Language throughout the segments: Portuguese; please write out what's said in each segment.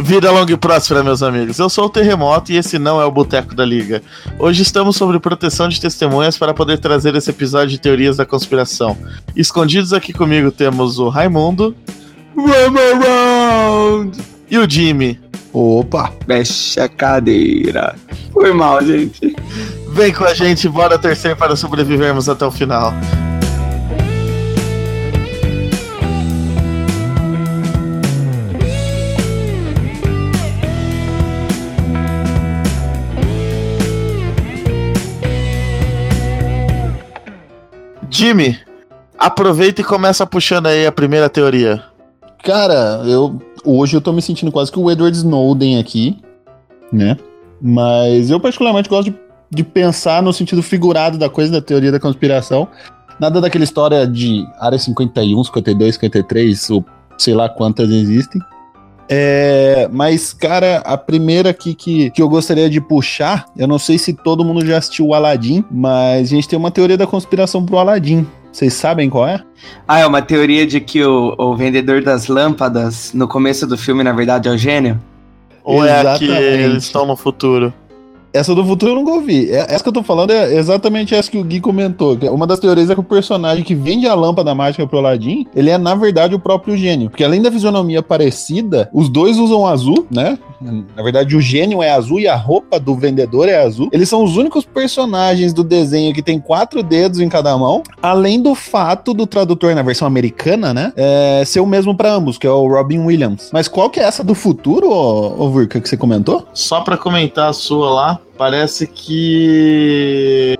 Vida longa e próspera, meus amigos. Eu sou o Terremoto e esse não é o Boteco da Liga. Hoje estamos sobre proteção de testemunhas para poder trazer esse episódio de teorias da conspiração. Escondidos aqui comigo temos o Raimundo, Run Around, e o Jimmy. Opa, mexe a cadeira. Foi mal, gente. Vem com a gente, bora torcer para sobrevivermos até o final. Jimmy, aproveita e começa puxando aí a primeira teoria. Cara, hoje eu tô me sentindo quase que o Edward Snowden aqui, né? Mas eu particularmente gosto de pensar no sentido figurado da coisa, da teoria da conspiração. Nada daquela história de Área 51, 52, 53, ou sei lá quantas existem. Mas, cara, a primeira aqui que eu gostaria de puxar, eu não sei se todo mundo já assistiu o Aladdin, mas a gente tem uma teoria da conspiração pro Aladdin. Vocês sabem qual é? É uma teoria de que o vendedor das lâmpadas, no começo do filme, na verdade, é o gênio? Ou exatamente. É que eles estão no futuro? Essa do futuro eu nunca ouvi. Essa que eu tô falando é exatamente essa que o Gui comentou. Uma das teorias é que o personagem que vende a lâmpada mágica pro Aladdin, ele é, na verdade, o próprio gênio. Porque além da fisionomia parecida, os dois usam azul, né? Na verdade, o gênio é azul e a roupa do vendedor é azul. Eles são os únicos personagens do desenho que tem 4 dedos em cada mão. Além do fato do tradutor, na versão americana, né? Ser o mesmo pra ambos, que é o Robin Williams. Mas qual que é essa do futuro, ô Vurka, que você comentou? Só pra comentar a sua lá, parece que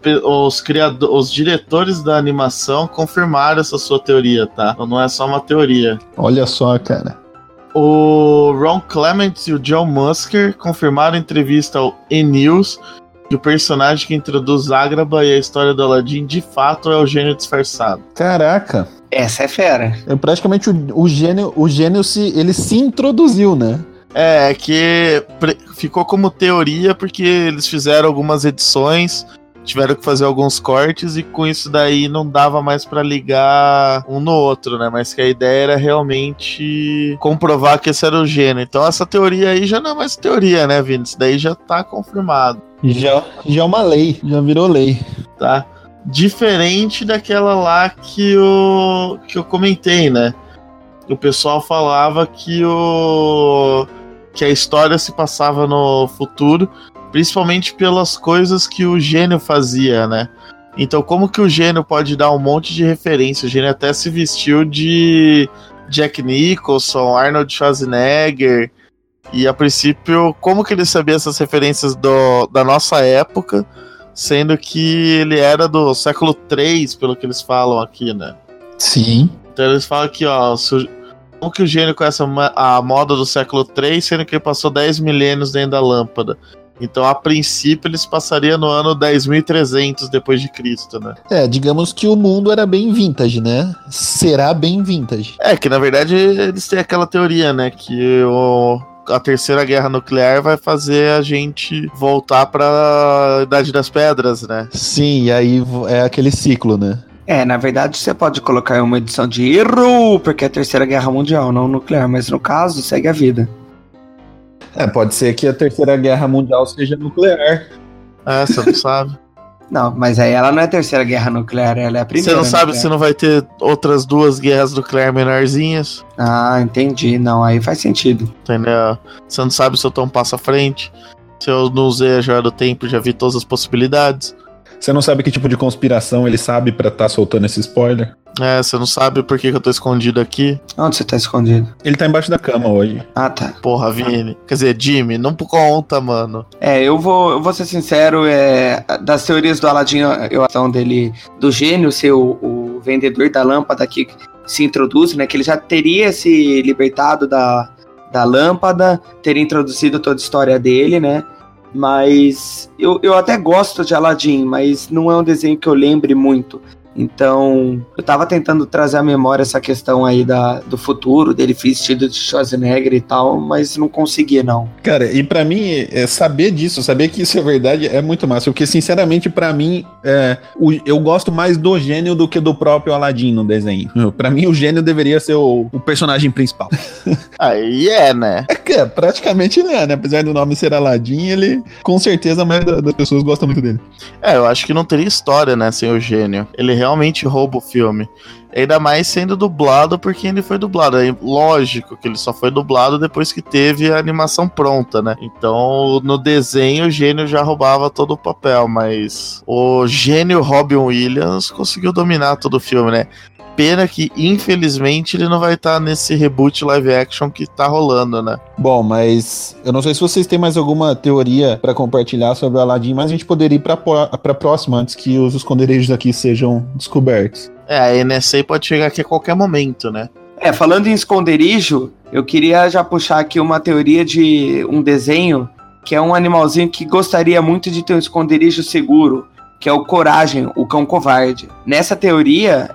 os diretores da animação confirmaram essa sua teoria, tá? Então não é só uma teoria. Olha só, cara. O Ron Clements e o John Musker confirmaram em entrevista ao E-News que o personagem que introduz Ágraba e a história do Aladdin de fato é o gênio disfarçado. Caraca. Essa é fera. Praticamente o gênio ele se introduziu, né? É que ficou como teoria porque eles fizeram algumas edições, tiveram que fazer alguns cortes e com isso daí não dava mais pra ligar um no outro, né? Mas que a ideia era realmente comprovar que esse era o gênio. Então essa teoria aí já não é mais teoria, né, Vini? Isso daí já tá confirmado. Já é uma lei, já virou lei. Tá. Diferente daquela lá que eu comentei, né? O pessoal falava que a história se passava no futuro, principalmente pelas coisas que o gênio fazia, né? Então, como que o gênio pode dar um monte de referência? O gênio até se vestiu de Jack Nicholson, Arnold Schwarzenegger, e a princípio, como que ele sabia essas referências da nossa época, sendo que ele era do século III, pelo que eles falam aqui, né? Sim. Então eles falam aqui, ó, como que o gênio conhece a moda do século III, sendo que ele passou 10 milênios dentro da lâmpada. Então, a princípio, eles passariam no ano 10.300 depois de Cristo, né? Digamos que o mundo era bem vintage, né? Será bem vintage. Que na verdade eles têm aquela teoria, né? Que a terceira guerra nuclear vai fazer a gente voltar pra Idade das Pedras, né? Sim, e aí é aquele ciclo, né? Na verdade você pode colocar uma edição de erro, porque é a terceira guerra mundial, não nuclear, mas no caso segue a vida. Pode ser que a terceira guerra mundial seja nuclear. Você não sabe. Não, mas aí ela não é a terceira guerra nuclear, ela é a primeira. Você não sabe nuclear. se não vai ter outras 2 guerras nucleares menorzinhas? Ah, entendi. Não, aí faz sentido. Entendeu? Você não sabe se eu tô um passo à frente, se eu não usei a joia do tempo e já vi todas as possibilidades. Você não sabe que tipo de conspiração ele sabe pra tá soltando esse spoiler? Você não sabe por que eu tô escondido aqui? Onde você tá escondido? Ele tá embaixo da cama hoje. Ah, tá. Porra, Vini. Quer dizer, Jimmy, não por conta, mano. Eu vou ser sincero, das teorias do Aladdin, eu acho dele, do gênio ser o vendedor da lâmpada que se introduz, né? Que ele já teria se libertado da lâmpada, teria introduzido toda a história dele, né? Mas eu até gosto de Aladdin, mas não é um desenho que eu lembre muito. Então, eu tava tentando trazer à memória essa questão aí do futuro, dele vestido de Schwarzenegger e tal, mas não conseguia, não. Cara, e pra mim, saber disso, saber que isso é verdade, é muito massa. Porque, sinceramente, pra mim, eu gosto mais do gênio do que do próprio Aladdin no desenho. Pra mim, o gênio deveria ser o personagem principal. Aí né? Praticamente ele é, né? Apesar do nome ser Aladdin, ele, com certeza, a maioria das pessoas gosta muito dele. Eu acho que não teria história, né, sem o gênio. Ele realmente rouba o filme. Ainda mais sendo dublado, porque ele foi dublado. É lógico que ele só foi dublado depois que teve a animação pronta, né? Então, no desenho, o gênio já roubava todo o papel, mas o gênio Robin Williams conseguiu dominar todo o filme, né? Pena que, infelizmente, ele não vai estar nesse reboot live action que tá rolando, né? Bom, mas eu não sei se vocês têm mais alguma teoria pra compartilhar sobre o Aladdin, mas a gente poderia ir pra próxima antes que os esconderijos aqui sejam descobertos. A NSA pode chegar aqui a qualquer momento, né? Falando em esconderijo, eu queria já puxar aqui uma teoria de um desenho que é um animalzinho que gostaria muito de ter um esconderijo seguro, que é o Coragem, o cão covarde. Nessa teoria,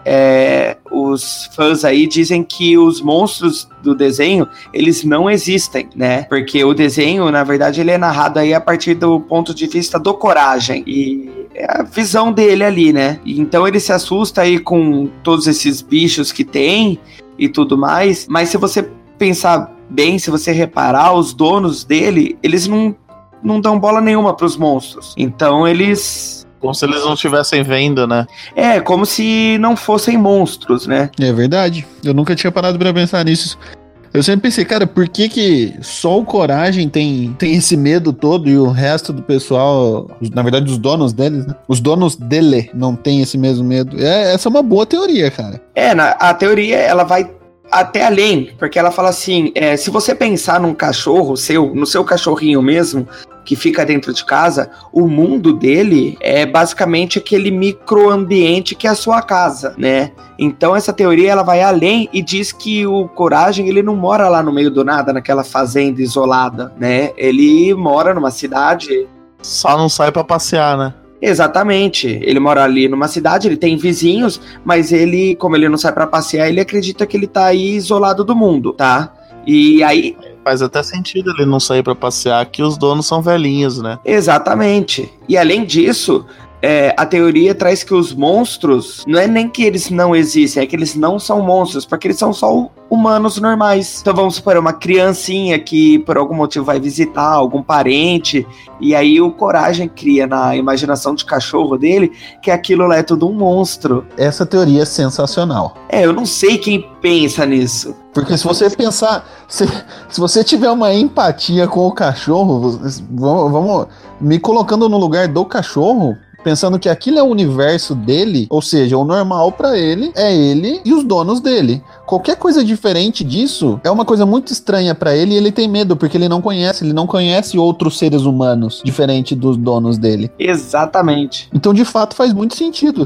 os fãs aí dizem que os monstros do desenho, eles não existem, né? Porque o desenho, na verdade, ele é narrado aí a partir do ponto de vista do Coragem. E é a visão dele ali, né? E então ele se assusta aí com todos esses bichos que tem e tudo mais. Mas se você pensar bem, se você reparar, os donos dele, eles não dão bola nenhuma pros monstros. Então eles... Como se eles não estivessem vendo, né? Como se não fossem monstros, né? É verdade. Eu nunca tinha parado pra pensar nisso. Eu sempre pensei, cara, por que só o Coragem tem esse medo todo e o resto do pessoal, na verdade os donos deles, né? Os donos dele não tem esse mesmo medo. Essa é uma boa teoria, cara. A teoria, ela vai até além, porque ela fala assim, se você pensar num cachorro no seu cachorrinho mesmo, que fica dentro de casa, o mundo dele é basicamente aquele microambiente que é a sua casa, né? Então essa teoria, ela vai além e diz que o Coragem, ele não mora lá no meio do nada, naquela fazenda isolada, né? Ele mora numa cidade... Só não sai pra passear, né? Exatamente, ele mora ali numa cidade, ele tem vizinhos, mas ele, como ele não sai pra passear, ele acredita que ele tá aí isolado do mundo, tá? E aí... Faz até sentido ele não sair pra passear, que os donos são velhinhos, né? Exatamente. E além disso, a teoria traz que os monstros, não é nem que eles não existem, é que eles não são monstros, porque eles são só humanos normais. Então vamos supor, uma criancinha que por algum motivo vai visitar algum parente, e aí o Coragem cria na imaginação de cachorro dele que aquilo lá é tudo um monstro. Essa teoria é sensacional. Eu não sei quem pensa nisso. Porque se você pensar, se você tiver uma empatia com o cachorro, vamos me colocando no lugar do cachorro, pensando que aquilo é o universo dele, ou seja, o normal pra ele é ele e os donos dele. Qualquer coisa diferente disso é uma coisa muito estranha pra ele e ele tem medo, porque ele não conhece outros seres humanos diferente dos donos dele. Exatamente. Então, de fato, faz muito sentido.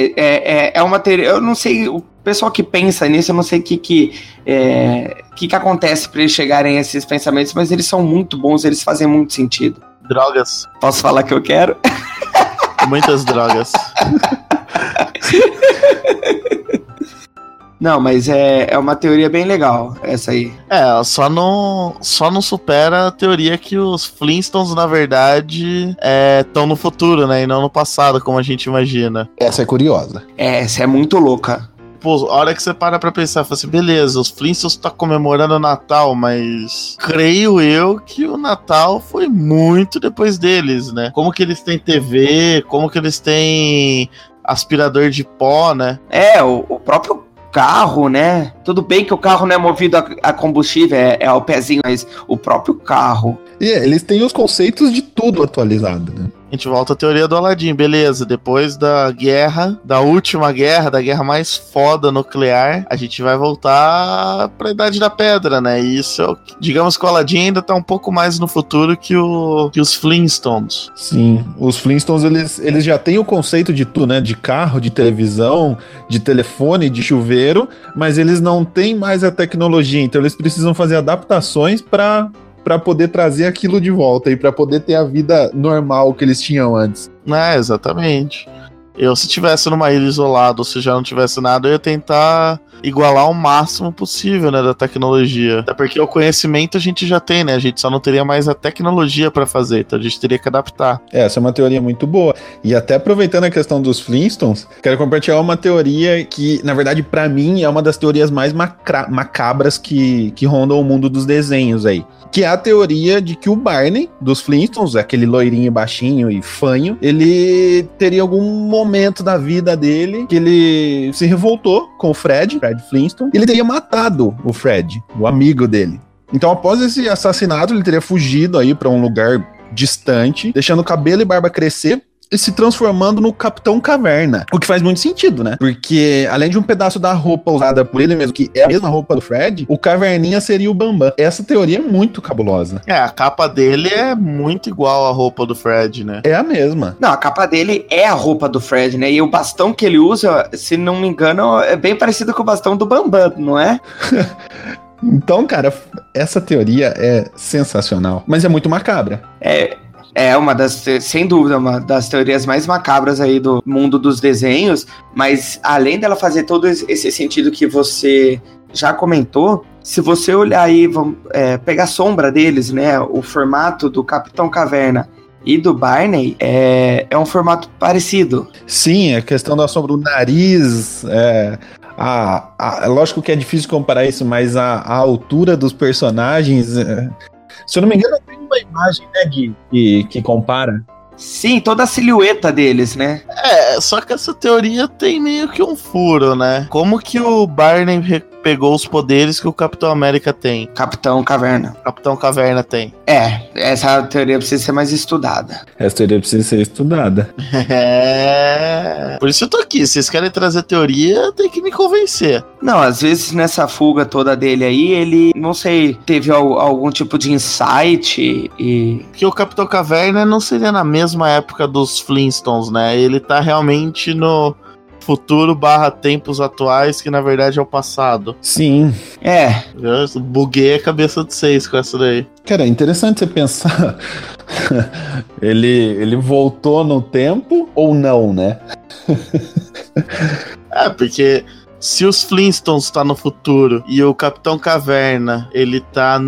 É uma teoria, eu não sei... O pessoal que pensa nisso, eu não sei o que acontece pra eles chegarem a esses pensamentos, mas eles são muito bons, eles fazem muito sentido. Drogas. Posso falar que eu quero? Muitas drogas. Não, mas é uma teoria bem legal, essa aí. Só não supera a teoria que os Flintstones, na verdade, estão no futuro, né? E não no passado, como a gente imagina. Essa é curiosa. Essa é muito louca. Pô, a hora que você para pra pensar, fala assim, beleza, os Flintstones estão comemorando o Natal, mas creio eu que o Natal foi muito depois deles, né? Como que eles têm TV, como que eles têm aspirador de pó, né? O próprio carro, né? Tudo bem que o carro não é movido a combustível, é ao pezinho, mas o próprio carro. E eles têm os conceitos de tudo atualizado, né? A gente volta à teoria do Aladdin, beleza. Depois da guerra, da última guerra, da guerra mais foda nuclear, a gente vai voltar pra Idade da Pedra, né? E isso é digamos que o Aladdin ainda tá um pouco mais no futuro que os Flintstones. Sim, os Flintstones, eles já têm o conceito de tudo, né? De carro, de televisão, de telefone, de chuveiro, mas eles não têm mais a tecnologia, então eles precisam fazer adaptações pra poder trazer aquilo de volta e pra poder ter a vida normal que eles tinham antes. Exatamente. Se tivesse numa ilha isolada ou se já não tivesse nada, eu ia tentar igualar o máximo possível, né, da tecnologia. Até porque o conhecimento a gente já tem, né? A gente só não teria mais a tecnologia pra fazer, então a gente teria que adaptar. Essa é uma teoria muito boa. E até aproveitando a questão dos Flintstones, quero compartilhar uma teoria que, na verdade, pra mim, é uma das teorias mais macabras que rondam o mundo dos desenhos aí. Que é a teoria de que o Barney, dos Flintstones, aquele loirinho baixinho e fanho, ele teria algum momento da vida dele que ele se revoltou com o Fred Flintstone, e ele teria matado o Fred, o amigo dele. Então, após esse assassinato, ele teria fugido aí pra um lugar distante, deixando o cabelo e barba crescer, e se transformando no Capitão Caverna. O que faz muito sentido, né? Porque, além de um pedaço da roupa usada por ele mesmo, que é a mesma roupa do Fred, o Caverninha seria o Bambam. Essa teoria é muito cabulosa. A capa dele é muito igual à roupa do Fred, né? É a mesma. Não, a capa dele é a roupa do Fred, né? E o bastão que ele usa, se não me engano, é bem parecido com o bastão do Bambam, não é? Então, cara, essa teoria é sensacional, mas é muito macabra. É uma das, sem dúvida, uma das teorias mais macabras aí do mundo dos desenhos, mas além dela fazer todo esse sentido que você já comentou, se você olhar aí, pegar a sombra deles, né, o formato do Capitão Caverna e do Barney é um formato parecido. Sim, a questão da sombra do nariz, lógico que é difícil comparar isso, mas a altura dos personagens... Se eu não me engano, tem uma imagem, né, que compara. Sim, toda a silhueta deles, né? Só que essa teoria tem meio que um furo, né? Como que o Barney pegou os poderes que o Capitão América tem? Capitão Caverna. Capitão Caverna tem. Essa teoria precisa ser mais estudada. Essa teoria precisa ser estudada. Por isso eu tô aqui. Se vocês querem trazer teoria, tem que me convencer. Não, às vezes nessa fuga toda dele aí, ele, não sei, teve algum tipo de insight e... Porque o Capitão Caverna não seria na mesma época dos Flintstones, né? Ele tá realmente no futuro / tempos atuais, que na verdade é o passado. Sim. Eu buguei a cabeça de vocês com essa daí. Cara, é interessante você pensar. ele voltou no tempo ou não, né? Porque se os Flintstones tá no futuro e o Capitão Caverna, ele tá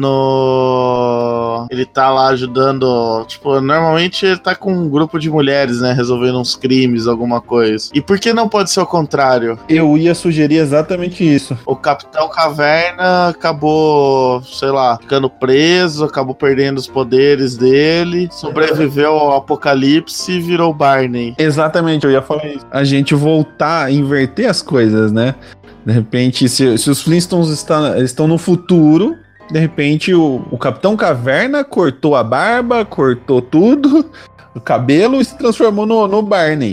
lá ajudando, tipo, normalmente ele tá com um grupo de mulheres, né, resolvendo uns crimes, alguma coisa. E por que não pode ser o contrário? Eu ia sugerir exatamente isso. O Capitão Caverna acabou, sei lá, ficando preso, acabou perdendo os poderes dele, sobreviveu ao apocalipse e virou Barney. Exatamente, eu ia falar isso. A gente voltar a inverter as coisas, né? De repente, se os Flintstones estão no futuro, de repente o Capitão Caverna cortou a barba, cortou tudo, o cabelo e se transformou no Barney.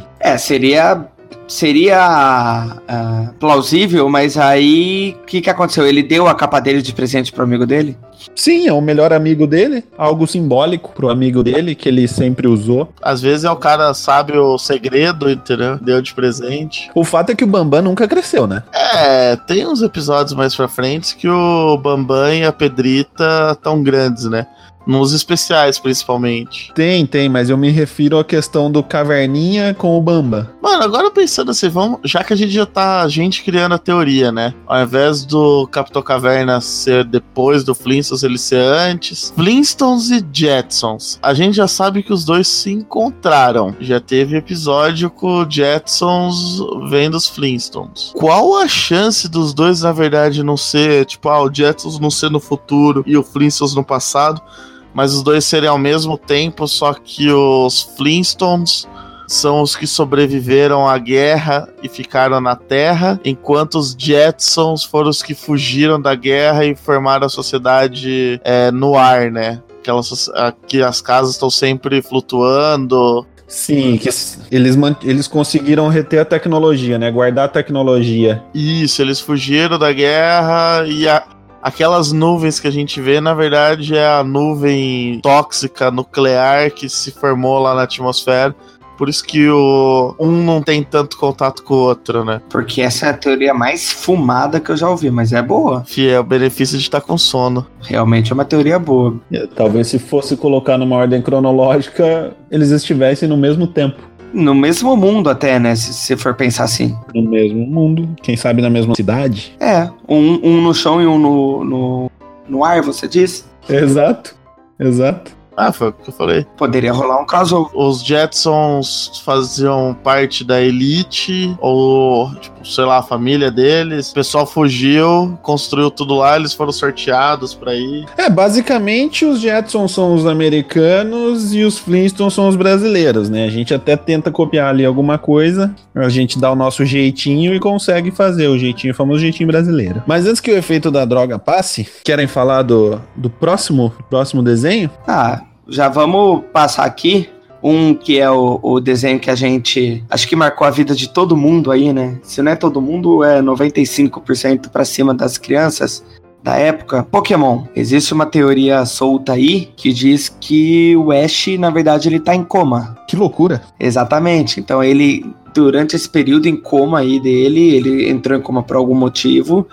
Seria plausível, mas aí o que aconteceu? Ele deu a capa dele de presente pro amigo dele? Sim, é o melhor amigo dele, algo simbólico pro amigo dele, que ele sempre usou. Às vezes o cara sabe o segredo, entendeu? Deu de presente. O fato é que o Bambam nunca cresceu, né? Tem uns episódios mais pra frente que o Bambam e a Pedrita estão grandes, né? Nos especiais, principalmente. Tem, mas eu me refiro à questão do Caverninha com o Bambam. Mano, agora pensando assim, já que a gente já tá criando a teoria, né? Ao invés do Capitão Caverna ser depois do Flintstones, ele ser antes. Flintstones e Jetsons. A gente já sabe que os dois se encontraram. Já teve episódio com o Jetsons vendo os Flintstones. Qual a chance dos dois, na verdade, não ser, tipo, o Jetsons não ser no futuro e o Flintstones no passado, mas os dois serem ao mesmo tempo, só que os Flintstones são os que sobreviveram à guerra e ficaram na Terra, enquanto os Jetsons foram os que fugiram da guerra e formaram a sociedade no ar, né? Que as casas estão sempre flutuando. Sim, que eles conseguiram reter a tecnologia, né? Guardar a tecnologia. Isso, eles fugiram da guerra e aquelas nuvens que a gente vê, na verdade, é a nuvem tóxica nuclear que se formou lá na atmosfera. Por isso que um não tem tanto contato com o outro, né? Porque essa é a teoria mais fumada que eu já ouvi, mas é boa. É o benefício de estar com sono. Realmente é uma teoria boa. Talvez se fosse colocar numa ordem cronológica, eles estivessem no mesmo tempo. no mesmo mundo até, né? Se for pensar assim. No mesmo mundo, quem sabe na mesma cidade. Um no chão e um no ar, você disse? Exato. Foi o que eu falei. Poderia rolar um crossover. Os Jetsons faziam parte da elite, ou, tipo, sei lá, a família deles. O pessoal fugiu, construiu tudo lá, eles foram sorteados pra ir. Basicamente os Jetsons são os americanos e os Flintstones são os brasileiros, né? A gente até tenta copiar ali alguma coisa, a gente dá o nosso jeitinho e consegue fazer o jeitinho, o famoso jeitinho brasileiro. Mas antes que o efeito da droga passe, querem falar do próximo desenho? Já vamos passar aqui um que é o desenho que a gente acho que marcou a vida de todo mundo aí, né? Se não é todo mundo, é 95% pra cima das crianças da época. Pokémon. Existe uma teoria solta aí que diz que o Ash, na verdade, ele tá em coma. Que loucura. Exatamente. Então ele, durante esse período em coma aí dele, ele entrou em coma por algum motivo.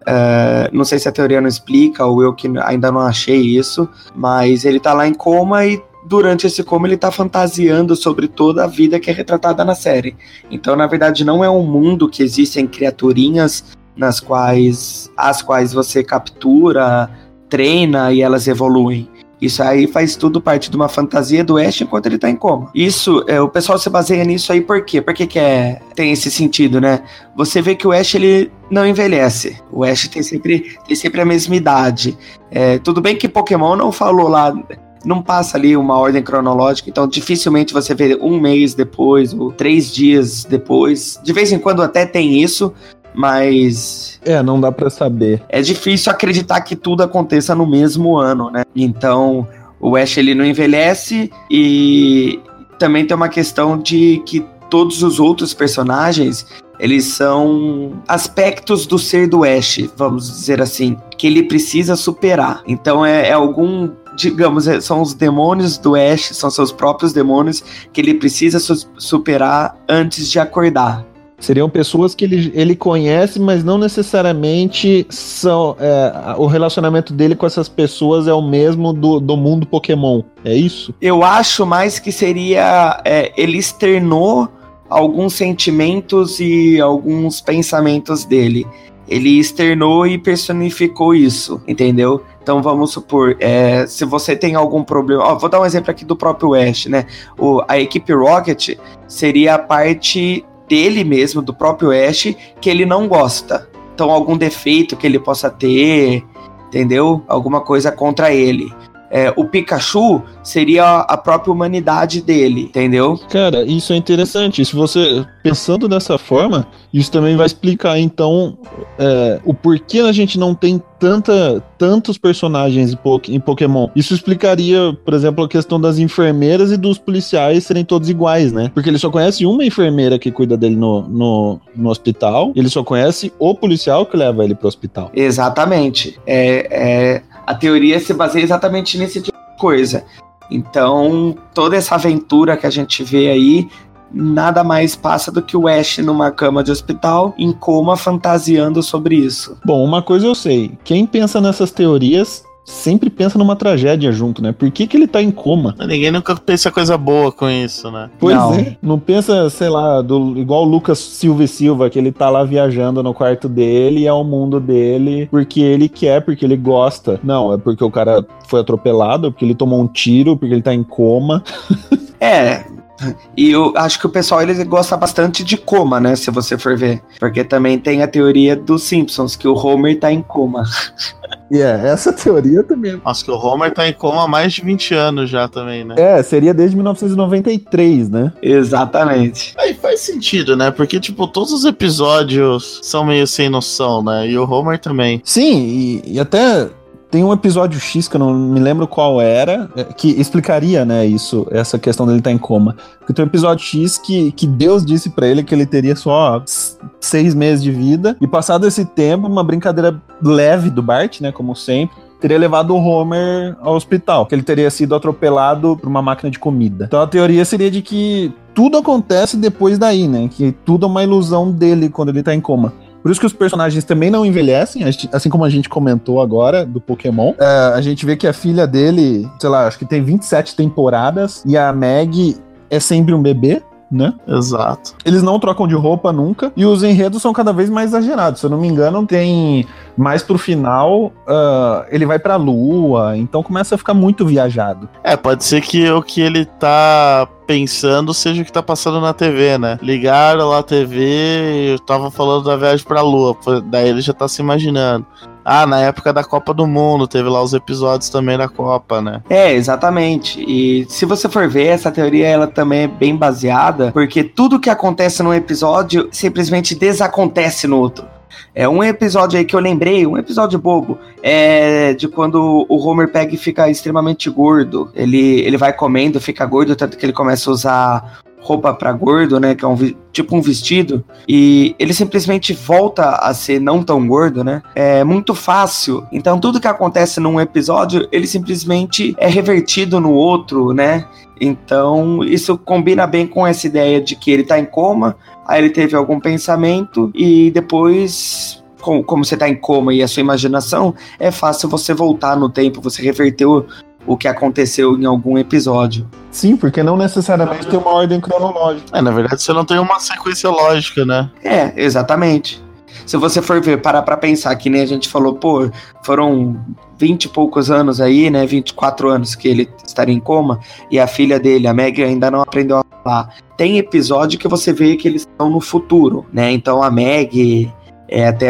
Não sei se a teoria não explica ou eu que ainda não achei isso, mas ele tá lá em coma e durante esse coma ele tá fantasiando sobre toda a vida que é retratada na série. Então, na verdade, não é um mundo que existem criaturinhas as quais você captura, treina e elas evoluem. Isso aí faz tudo parte de uma fantasia do Ash enquanto ele tá em coma. Isso, o pessoal se baseia nisso aí por quê? Por que tem esse sentido, né? Você vê que o Ash, ele não envelhece. O Ash tem sempre a mesma idade. Tudo bem que Pokémon não falou lá, não passa ali uma ordem cronológica, então dificilmente você vê um mês depois ou 3 dias depois. De vez em quando até tem isso, mas... não dá pra saber. É difícil acreditar que tudo aconteça no mesmo ano, né? Então, o Ash, ele não envelhece e também tem uma questão de que todos os outros personagens, eles são aspectos do ser do Ash, vamos dizer assim, que ele precisa superar. Então, digamos, são os demônios do Ash, são seus próprios demônios que ele precisa superar antes de acordar. Seriam pessoas que ele conhece, mas não necessariamente são. O relacionamento dele com essas pessoas é o mesmo do mundo Pokémon. É isso? Eu acho mais que seria. Ele externou alguns sentimentos e alguns pensamentos dele. Ele externou e personificou isso, entendeu? Então vamos supor, se você tem algum problema... vou dar um exemplo aqui do próprio Ash, né? A equipe Rocket seria a parte dele mesmo, do próprio Ash, que ele não gosta. Então algum defeito que ele possa ter, entendeu? Alguma coisa contra ele. O Pikachu seria a própria humanidade dele, entendeu? Cara, isso é interessante. Se você, pensando dessa forma, isso também vai explicar, então, o porquê a gente não tem tantos personagens em Pokémon. Isso explicaria, por exemplo, a questão das enfermeiras e dos policiais serem todos iguais, né? Porque ele só conhece uma enfermeira que cuida dele no hospital, e ele só conhece o policial que leva ele pro hospital. Exatamente. A teoria se baseia exatamente nesse tipo de coisa. Então, toda essa aventura que a gente vê aí, nada mais passa do que o Ash numa cama de hospital, em coma, fantasiando sobre isso. Bom, uma coisa eu sei. Quem pensa nessas teorias sempre pensa numa tragédia junto, né? Por que ele tá em coma? Ninguém nunca pensa coisa boa com isso, né? Pois não pensa, sei lá, igual o Lucas Silva, que ele tá lá viajando no quarto dele, é o mundo dele, porque ele quer, porque ele gosta. Não, é porque o cara foi atropelado, porque ele tomou um tiro, porque ele tá em coma. E eu acho que o pessoal, ele gosta bastante de coma, né? Se você for ver. Porque também tem a teoria dos Simpsons, que o Homer tá em coma. Essa teoria também. Nossa, que o Homer tá em coma há mais de 20 anos já também, né? Seria desde 1993, né? Exatamente. Aí faz sentido, né? Porque, tipo, todos os episódios são meio sem noção, né? E o Homer também. Sim, e até... Tem um episódio X, que eu não me lembro qual era, que explicaria, né, essa questão dele estar em coma. Porque tem um episódio X que Deus disse pra ele que ele teria só 6 meses de vida, e passado esse tempo, uma brincadeira leve do Bart, né, como sempre, teria levado o Homer ao hospital, que ele teria sido atropelado por uma máquina de comida. Então a teoria seria de que tudo acontece depois daí, né, que tudo é uma ilusão dele quando ele tá em coma. Por isso que os personagens também não envelhecem, assim como a gente comentou agora do Pokémon. A gente vê que a filha dele, sei lá, acho que tem 27 temporadas, e a Meg é sempre um bebê, né? Exato. Eles não trocam de roupa nunca, e os enredos são cada vez mais exagerados. Se eu não me engano, tem mais pro final, ele vai pra lua, então começa a ficar muito viajado. Pode ser que o que ele tá pensando seja o que tá passando na TV, né? Ligaram lá a TV e eu tava falando da viagem pra lua, daí ele já tá se imaginando. Na época da Copa do Mundo, teve lá os episódios também da Copa, né? Exatamente. E se você for ver, essa teoria ela também é bem baseada, porque tudo que acontece num episódio simplesmente desacontece no outro. Um episódio aí que eu lembrei, um episódio bobo, de quando o Homer pega e fica extremamente gordo. Ele vai comendo, fica gordo, tanto que ele começa a usar roupa pra gordo, né, que é tipo um vestido, e ele simplesmente volta a ser não tão gordo, né, é muito fácil. Então tudo que acontece num episódio, ele simplesmente é revertido no outro, né, então isso combina bem com essa ideia de que ele tá em coma, aí ele teve algum pensamento, e depois, como você tá em coma e a sua imaginação, é fácil você voltar no tempo, você reverteu o que aconteceu em algum episódio. Sim, porque não necessariamente tem uma ordem cronológica. Na verdade você não tem uma sequência lógica, né? Exatamente. Se você for ver, parar pra pensar, que nem a gente falou, foram 20 e poucos anos aí, né, 24 anos que ele estaria em coma, e a filha dele, a Meg, ainda não aprendeu a falar. Tem episódio que você vê que eles estão no futuro, né, então a Meg é até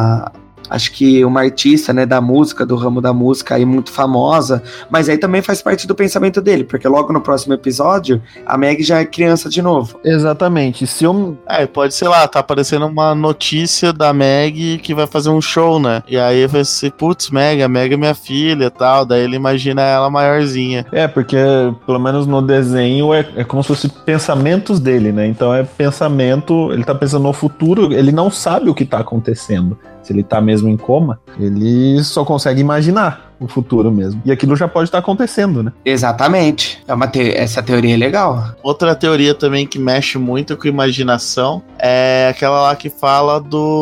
acho que uma artista, né, da música, do ramo da música aí muito famosa, mas aí também faz parte do pensamento dele, porque logo no próximo episódio, a Meg já é criança de novo. Exatamente. Pode, sei lá, tá aparecendo uma notícia da Meg que vai fazer um show, né? E aí vai ser, putz, a Meg é minha filha e tal, daí ele imagina ela maiorzinha. Porque pelo menos no desenho é como se fosse pensamentos dele, né? Então é pensamento, ele tá pensando no futuro, ele não sabe o que tá acontecendo. Se ele tá mesmo em coma, ele só consegue imaginar o futuro mesmo. E aquilo já pode estar acontecendo, né? Exatamente. Essa teoria é legal. Outra teoria também que mexe muito com a imaginação é aquela lá que fala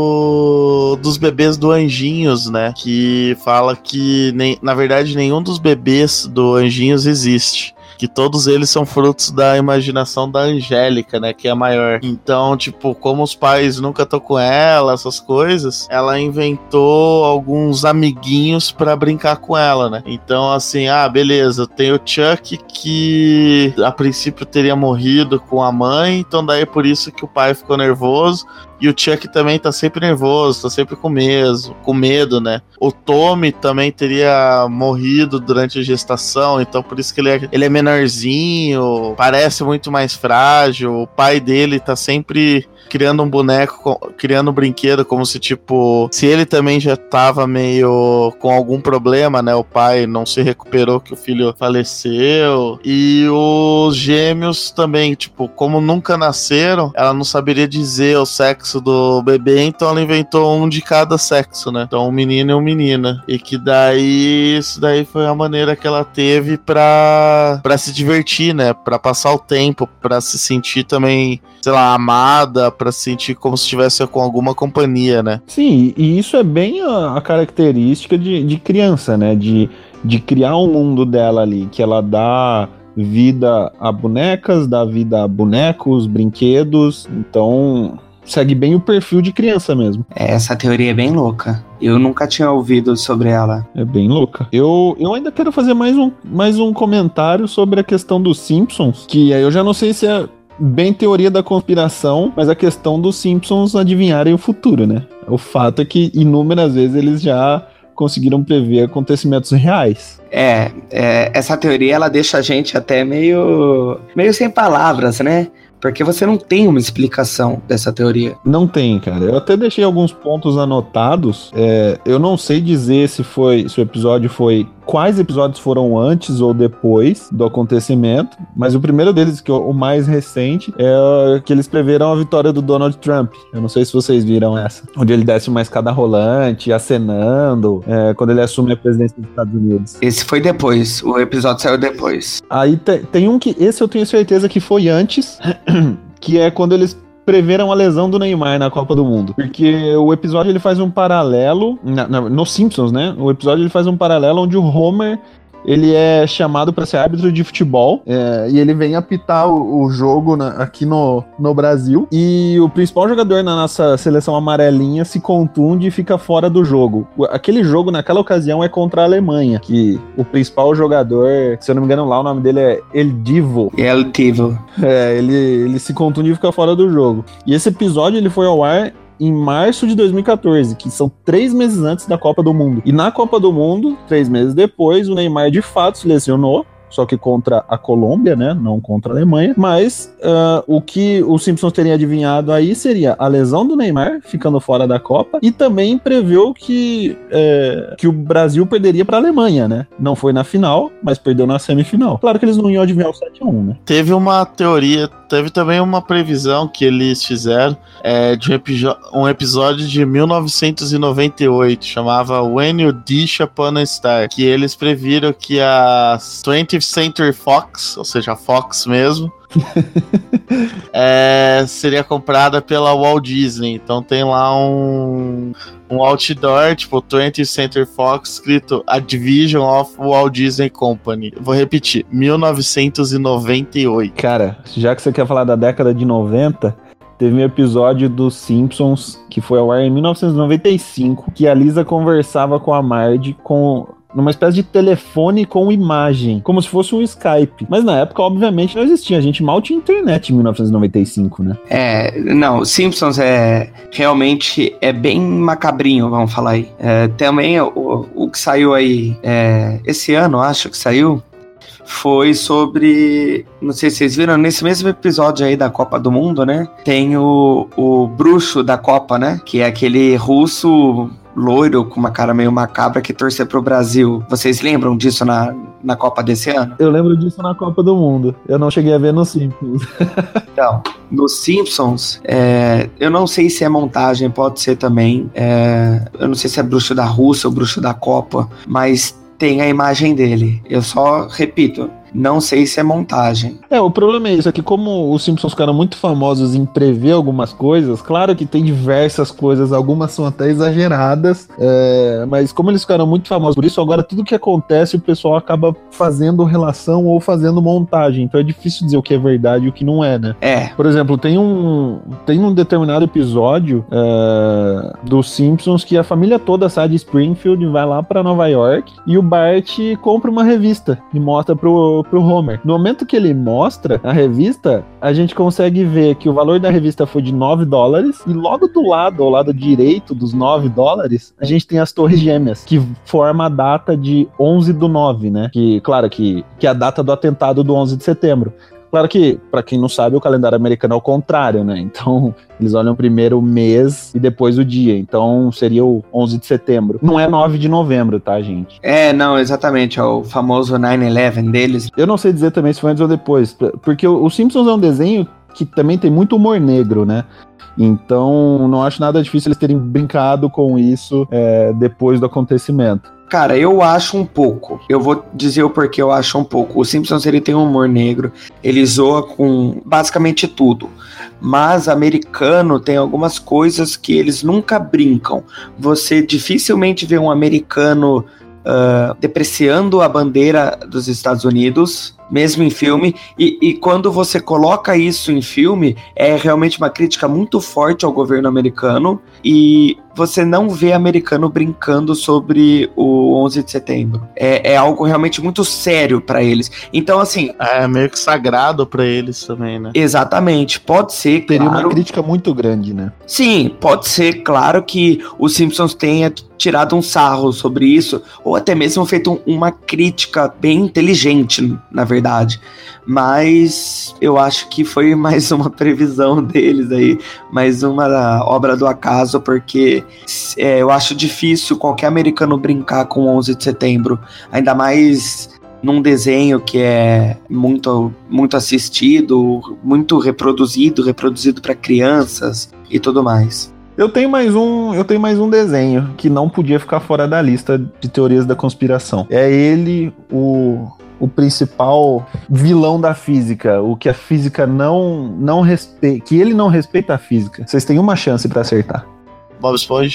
dos bebês do Anjinhos, né? Que fala que, na verdade, nenhum dos bebês do Anjinhos existe. Que todos eles são frutos da imaginação da Angélica, né, que é a maior. Então, tipo, como os pais nunca estão com ela, essas coisas, ela inventou alguns amiguinhos pra brincar com ela, né. Então, assim, beleza, tem o Chuck que a princípio teria morrido com a mãe, então daí é por isso que o pai ficou nervoso. E o Chuck também tá sempre nervoso, tá sempre com medo, né? O Tommy também teria morrido durante a gestação, então por isso que ele é menorzinho, parece muito mais frágil. O pai dele tá sempre criando um boneco, criando um brinquedo, como se, tipo, se ele também já tava meio com algum problema, né? O pai não se recuperou, que o filho faleceu. E os gêmeos também, tipo, como nunca nasceram, ela não saberia dizer o sexo do bebê, então ela inventou um de cada sexo, né? Então um menino e uma menina. E que daí, isso daí foi a maneira que ela teve pra se divertir, né? Pra passar o tempo, pra se sentir também, sei lá, amada, pra se sentir como se estivesse com alguma companhia, né? Sim, e isso é bem a característica de criança, né? De criar um mundo dela ali, que ela dá vida a bonecas, dá vida a bonecos, brinquedos, então segue bem o perfil de criança mesmo. Essa teoria é bem louca. Eu nunca tinha ouvido sobre ela. É bem louca. Eu ainda quero fazer mais um comentário sobre a questão dos Simpsons, que aí eu já não sei se é bem teoria da conspiração, mas a questão dos Simpsons adivinharem o futuro, né? O fato é que inúmeras vezes eles já conseguiram prever acontecimentos reais. Essa teoria ela deixa a gente até meio sem palavras, né? Porque você não tem uma explicação dessa teoria. Não tem, cara. Eu até deixei alguns pontos anotados. Eu não sei dizer se o episódio foi... Quais episódios foram antes ou depois do acontecimento, mas o primeiro deles, que é o mais recente, é que eles preveram a vitória do Donald Trump. Eu não sei se vocês viram essa. Onde ele desce uma escada rolante, acenando, quando ele assume a presidência dos Estados Unidos. Esse foi depois. O episódio saiu depois. Aí tem um que... Esse eu tenho certeza que foi antes, que é quando eles preveram a lesão do Neymar na Copa do Mundo. Porque o episódio ele faz um paralelo... No Simpsons, né? O episódio ele faz um paralelo onde o Homer ele é chamado para ser árbitro de futebol, e ele vem apitar o jogo aqui no Brasil, e o principal jogador na nossa seleção amarelinha se contunde e fica fora do jogo. Aquele jogo, naquela ocasião, é contra a Alemanha, que o principal jogador, se eu não me engano lá, o nome dele é El Divo. Ele se contunde e fica fora do jogo. E esse episódio ele foi ao ar em março de 2014, que são 3 meses antes da Copa do Mundo. E na Copa do Mundo, 3 meses depois, o Neymar de fato se lesionou, só que contra a Colômbia, né, não contra a Alemanha, mas o que os Simpsons teriam adivinhado aí seria a lesão do Neymar, ficando fora da Copa, e também preveu que o Brasil perderia para a Alemanha, né, não foi na final, mas perdeu na semifinal. Claro que eles não iam adivinhar o 7-1, né. Teve uma teoria, teve também uma previsão que eles fizeram de um episódio de 1998, chamava When You Dish Upon a Star, que eles previram que a 20th Century Fox, ou seja, a Fox mesmo, seria comprada pela Walt Disney. Então tem lá um outdoor, tipo 20th Century Fox, escrito A Division of Walt Disney Company. Vou repetir, 1998. Cara, já que você quer falar da década de 90, teve um episódio dos Simpsons que foi ao ar em 1995, que a Lisa conversava com a Marge numa espécie de telefone com imagem, como se fosse um Skype. Mas na época, obviamente, não existia. A gente mal tinha internet em 1995, né? Não, Simpsons realmente é bem macabrinho, vamos falar aí. Também o que saiu aí esse ano, acho que saiu, foi sobre, não sei se vocês viram, nesse mesmo episódio aí da Copa do Mundo, né? Tem o bruxo da Copa, né? Que é aquele russo loiro com uma cara meio macabra que torceu pro Brasil. Vocês lembram disso na Copa desse ano? Eu lembro disso na Copa do Mundo. Eu não cheguei a ver nos Simpsons. Então, nos Simpsons, eu não sei se é montagem, pode ser também. Eu não sei se é bruxo da Rússia ou bruxo da Copa, mas tem a imagem dele. Eu só repito, não sei se é montagem. O problema é isso, é que como os Simpsons ficaram muito famosos em prever algumas coisas, claro que tem diversas coisas, algumas são até exageradas, mas como eles ficaram muito famosos por isso, agora tudo que acontece o pessoal acaba fazendo relação ou fazendo montagem, então é difícil dizer o que é verdade e o que não é, né? Por exemplo, tem um determinado episódio dos Simpsons que a família toda sai de Springfield e vai lá pra Nova York, e o Bart compra uma revista e mostra pro Homer. No momento que ele mostra a revista, a gente consegue ver que o valor da revista foi de $9, e logo do lado, ao lado direito dos $9, a gente tem as Torres Gêmeas, que forma a data de 11/9, né? Que, claro, que é a data do atentado do 11 de setembro. Claro que, pra quem não sabe, o calendário americano é o contrário, né? Então, eles olham primeiro o mês e depois o dia. Então, seria o 11 de setembro. Não é 9 de novembro, tá, gente? Não, exatamente. É o famoso 9/11 deles. Eu não sei dizer também se foi antes ou depois. Porque o Simpsons é um desenho que também tem muito humor negro, né? Então, não acho nada difícil eles terem brincado com isso depois do acontecimento. Cara, eu acho um pouco. Eu vou dizer o porquê eu acho um pouco. O Simpsons, ele tem um humor negro, ele zoa com basicamente tudo. Mas americano tem algumas coisas que eles nunca brincam. Você dificilmente vê um americano depreciando a bandeira dos Estados Unidos, mesmo em filme, e quando você coloca isso em filme, é realmente uma crítica muito forte ao governo americano, e você não vê americano brincando sobre o 11 de setembro. É algo realmente muito sério pra eles. Então, assim... É meio que sagrado pra eles também, né? Exatamente. Pode ser, Teria uma crítica muito grande, né? Sim, pode ser, claro, que os Simpsons tenha tirado um sarro sobre isso, ou até mesmo feito uma crítica bem inteligente, na verdade. Mas eu acho que foi mais uma previsão deles aí, mais uma obra do acaso, porque eu acho difícil qualquer americano brincar com 11 de setembro, ainda mais num desenho que é muito, muito assistido, muito reproduzido para crianças e tudo mais. Eu tenho mais um desenho que não podia ficar fora da lista de teorias da conspiração. É ele, o principal vilão da física, o que a física não respeita, que ele não respeita a física. Vocês têm uma chance pra acertar. Bob Esponja.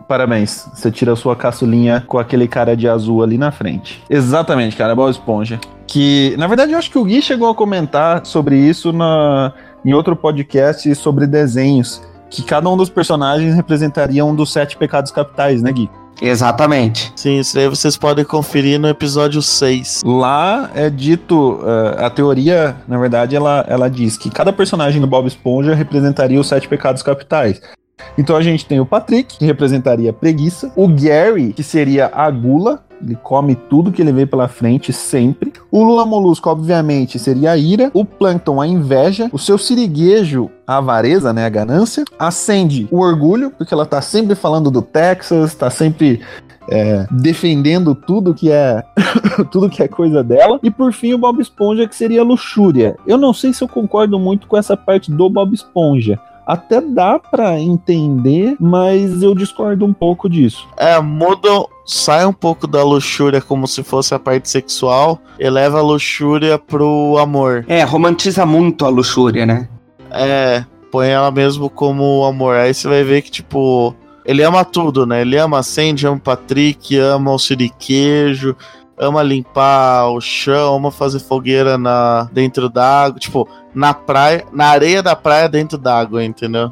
Parabéns, você tira a sua caçulinha com aquele cara de azul ali na frente. Exatamente, cara, Bob Esponja. Que, na verdade, eu acho que o Gui chegou a comentar sobre isso em outro podcast sobre desenhos, que cada um dos personagens representaria um dos 7 pecados capitais, né, Gui? Exatamente. Sim, isso aí vocês podem conferir no episódio 6. Lá é dito, a teoria, na verdade, ela diz que cada personagem do Bob Esponja representaria os 7 pecados capitais. Então a gente tem o Patrick, que representaria a preguiça, o Gary, que seria a gula, ele come tudo que ele vê pela frente sempre. O Lula Molusco, obviamente, seria a ira. O Plankton, a inveja. O seu siriguejo, a avareza, né, a ganância. A Sandy, o orgulho, porque ela tá sempre falando do Texas, tá sempre defendendo tudo que é tudo que é coisa dela. E por fim o Bob Esponja, que seria a luxúria. Eu não sei se eu concordo muito com essa parte do Bob Esponja. Até dá pra entender, mas eu discordo um pouco disso. Sai um pouco da luxúria como se fosse a parte sexual, eleva a luxúria pro amor. Romantiza muito a luxúria, né? Põe ela mesmo como amor. Aí você vai ver que, tipo, ele ama tudo, né? Ele ama a Sandy, ama o Patrick, ama o siriquejo, ama limpar o chão, ama fazer fogueira dentro d'água, tipo, na praia, na areia da praia dentro d'água, entendeu?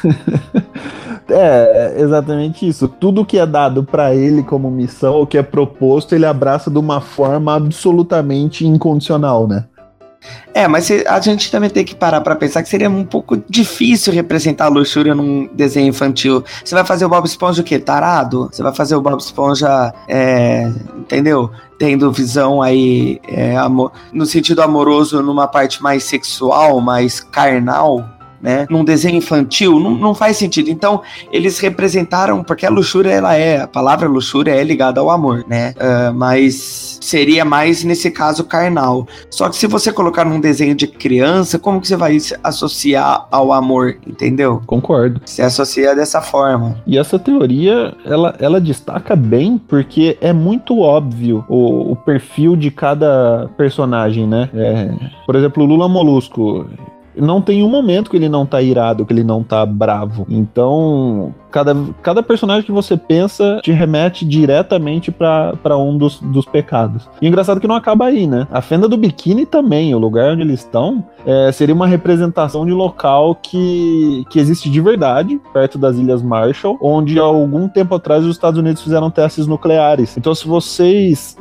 Exatamente isso. Tudo que é dado pra ele como missão, o que é proposto, ele abraça de uma forma absolutamente incondicional, né? Mas a gente também tem que parar pra pensar que seria um pouco difícil representar a luxúria num desenho infantil. Você vai fazer o Bob Esponja o quê? Tarado? Você vai fazer o Bob Esponja, entendeu? Tendo visão aí, no sentido amoroso, numa parte mais sexual, mais carnal, né? Num desenho infantil, não faz sentido. Então, eles representaram, porque a luxúria, a palavra luxúria é ligada ao amor, né? Mas seria mais, nesse caso, carnal. Só que se você colocar num desenho de criança, como que você vai associar ao amor, entendeu? Concordo. Se associa dessa forma. E essa teoria, ela destaca bem, porque é muito óbvio o perfil de cada personagem, né? Por exemplo, o Lula Molusco... Não tem um momento que ele não tá irado, que ele não tá bravo. Então, cada personagem que você pensa te remete diretamente pra um dos pecados. E engraçado que não acaba aí, né? A Fenda do Biquíni também, o lugar onde eles estão, seria uma representação de local que existe de verdade, perto das Ilhas Marshall, onde há algum tempo atrás os Estados Unidos fizeram testes nucleares. Então, se vocês...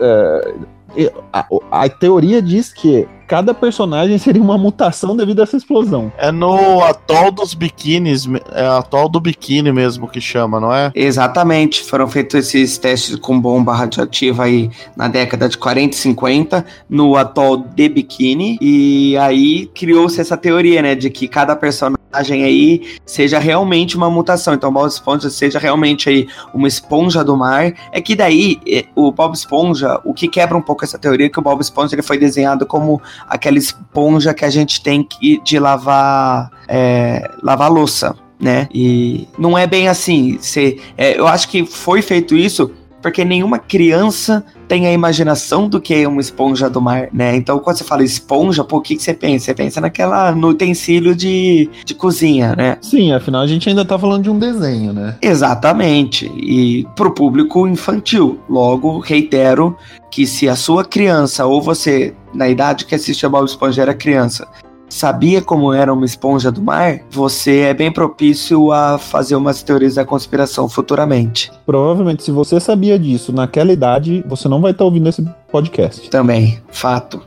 A teoria diz que cada personagem seria uma mutação devido a essa explosão. É no Atol dos Biquínis, Atol do Biquíni mesmo que chama, não é? Exatamente, foram feitos esses testes com bomba radioativa aí na década de 40 e 50, no Atol de Biquíni, e aí criou-se essa teoria, né, de que cada personagem aí seja realmente uma mutação. Então o Bob Esponja seja realmente aí uma esponja do mar. É que daí o Bob Esponja, o que quebra um pouco essa teoria é que o Bob Esponja ele foi desenhado como aquela esponja que a gente tem de lavar louça, né? E não é bem assim. Eu acho que foi feito isso porque nenhuma criança tem a imaginação do que é uma esponja do mar, né? Então, quando você fala esponja, o que você pensa? Você pensa no utensílio de cozinha, né? Sim, afinal a gente ainda tá falando de um desenho, né? Exatamente. E pro público infantil. Logo, reitero que se a sua criança, ou você, na idade que assiste a Bob Esponja era criança, sabia como era uma esponja do mar, você é bem propício a fazer umas teorias da conspiração futuramente. Provavelmente, se você sabia disso naquela idade, você não vai estar ouvindo esse podcast. Também, fato.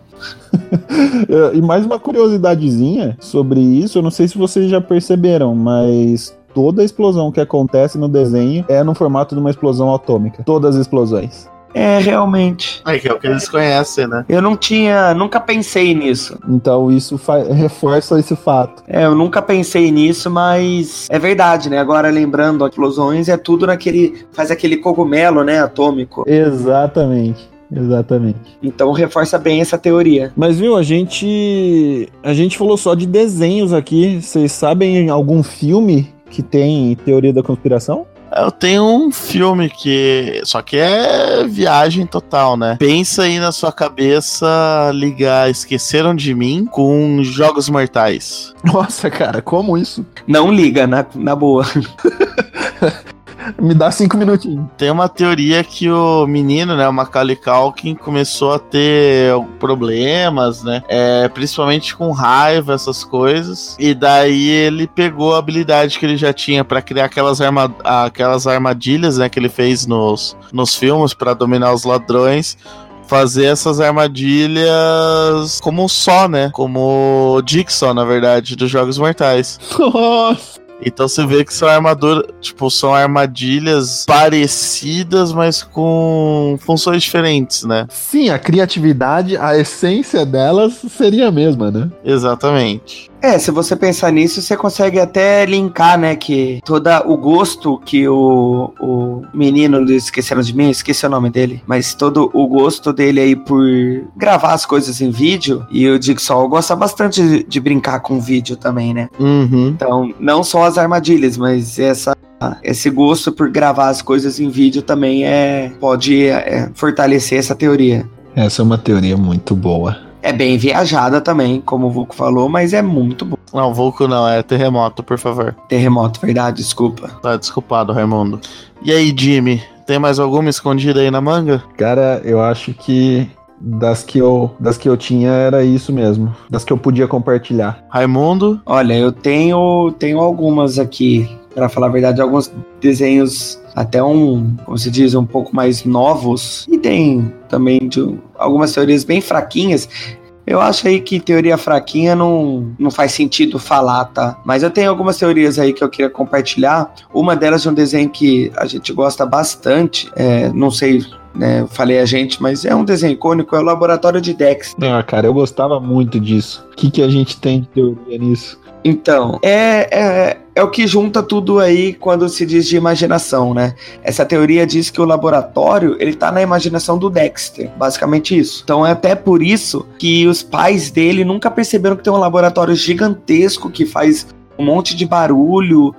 E mais uma curiosidadezinha sobre isso, eu não sei se vocês já perceberam, mas toda a explosão que acontece no desenho é no formato de uma explosão atômica. Todas as explosões. Realmente. Que é o que eles conhecem, né? Eu nunca pensei nisso. Então isso reforça esse fato. Eu nunca pensei nisso, mas é verdade, né? Agora lembrando, as explosões é tudo faz aquele cogumelo, né, atômico. Exatamente. Então reforça bem essa teoria. Mas viu, a gente falou só de desenhos aqui. Vocês sabem algum filme que tem teoria da conspiração? Eu tenho um filme só que é viagem total, né? Pensa aí na sua cabeça ligar Esqueceram de Mim com Jogos Mortais. Nossa, cara, como isso? Não liga, na boa. Me dá 5 minutinhos. Tem uma teoria que o menino, né, o Macaulay Culkin, começou a ter problemas, né, principalmente com raiva, essas coisas, e daí ele pegou a habilidade que ele já tinha pra criar aquelas armadilhas, né, que ele fez nos filmes pra dominar os ladrões, fazer essas armadilhas como né, como Dixon, na verdade, dos Jogos Mortais. Nossa! Então você vê que são armadilhas parecidas, mas com funções diferentes, né? Sim, a criatividade, a essência delas seria a mesma, né? Exatamente. Se você pensar nisso, você consegue até linkar, né, que todo o gosto que o menino, esqueci o nome dele, mas todo o gosto dele aí por gravar as coisas em vídeo, e o Jigsaw gosta bastante de brincar com vídeo também, né? Uhum. Então, não só as armadilhas, mas esse gosto por gravar as coisas em vídeo também pode fortalecer essa teoria. Essa é uma teoria muito boa. É bem viajada também, como o Vulco falou, mas é muito bom. Não, Vulco não, é Terremoto, por favor. Terremoto, verdade, desculpa. Tá desculpado, Raimundo. E aí, Jimmy, tem mais alguma escondida aí na manga? Cara, eu acho que das que eu tinha era isso mesmo. Das que eu podia compartilhar. Raimundo? Olha, eu tenho algumas aqui, pra falar a verdade, alguns desenhos até como se diz, um pouco mais novos. E tem também algumas teorias bem fraquinhas. Eu acho aí que teoria fraquinha não faz sentido falar, tá? Mas eu tenho algumas teorias aí que eu queria compartilhar. Uma delas de um desenho que a gente gosta bastante. Não sei, né? Eu falei a gente, mas é um desenho icônico, é o Laboratório de Dexter. Ah, cara, eu gostava muito disso. O que a gente tem de teoria nisso? Então, é o que junta tudo aí quando se diz de imaginação, né? Essa teoria diz que o laboratório, ele tá na imaginação do Dexter, basicamente isso. Então é até por isso que os pais dele nunca perceberam que tem um laboratório gigantesco que faz um monte de barulho,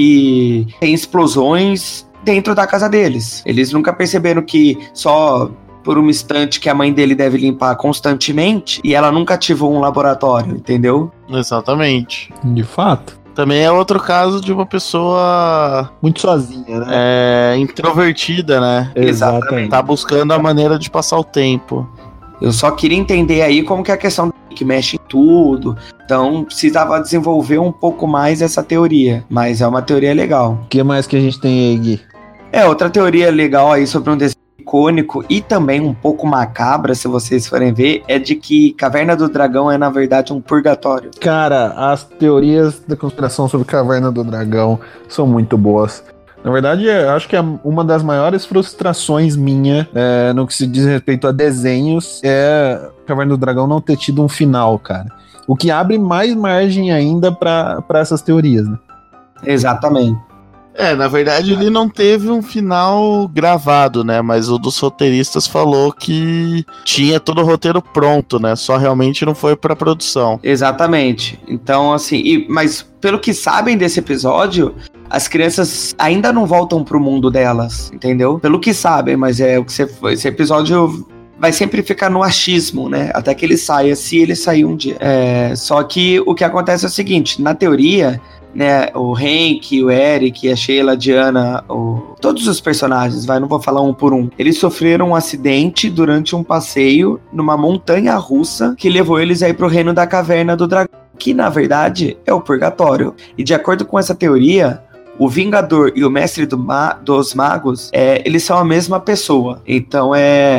que tem explosões dentro da casa deles. Eles nunca perceberam que só por um instante que a mãe dele deve limpar constantemente e ela nunca ativou um laboratório, entendeu? Exatamente. De fato. Também é outro caso de uma pessoa muito sozinha, né? Introvertida, né? Exatamente. Tá buscando a maneira de passar o tempo. Eu só queria entender aí como que é a questão que mexe em tudo. Então precisava desenvolver um pouco mais essa teoria. Mas é uma teoria legal. O que mais que a gente tem aí, Gui? Outra teoria legal aí sobre um desenho icônico e também um pouco macabra, se vocês forem ver, é de que Caverna do Dragão é na verdade um purgatório. Cara, as teorias da conspiração sobre Caverna do Dragão são muito boas. Na verdade, eu acho que uma das maiores frustrações minha no que se diz respeito a desenhos é Caverna do Dragão não ter tido um final, cara. O que abre mais margem ainda pra essas teorias, né? Exatamente. Na verdade ele não teve um final gravado, né? Mas o dos roteiristas falou que tinha todo o roteiro pronto, né? Só realmente não foi pra produção. Exatamente. Então, assim, mas pelo que sabem desse episódio, as crianças ainda não voltam pro mundo delas, entendeu? Pelo que sabem, mas esse episódio vai sempre ficar no achismo, né? Até que ele saia, se ele sair um dia. Só que o que acontece é o seguinte, na teoria, né, o Hank, o Eric, a Sheila, a Diana, todos os personagens, não vou falar um por um, eles sofreram um acidente durante um passeio numa montanha russa que levou eles aí pro reino da Caverna do Dragão, que na verdade é o purgatório. E de acordo com essa teoria, o Vingador e o Mestre dos Magos, eles são a mesma pessoa. Então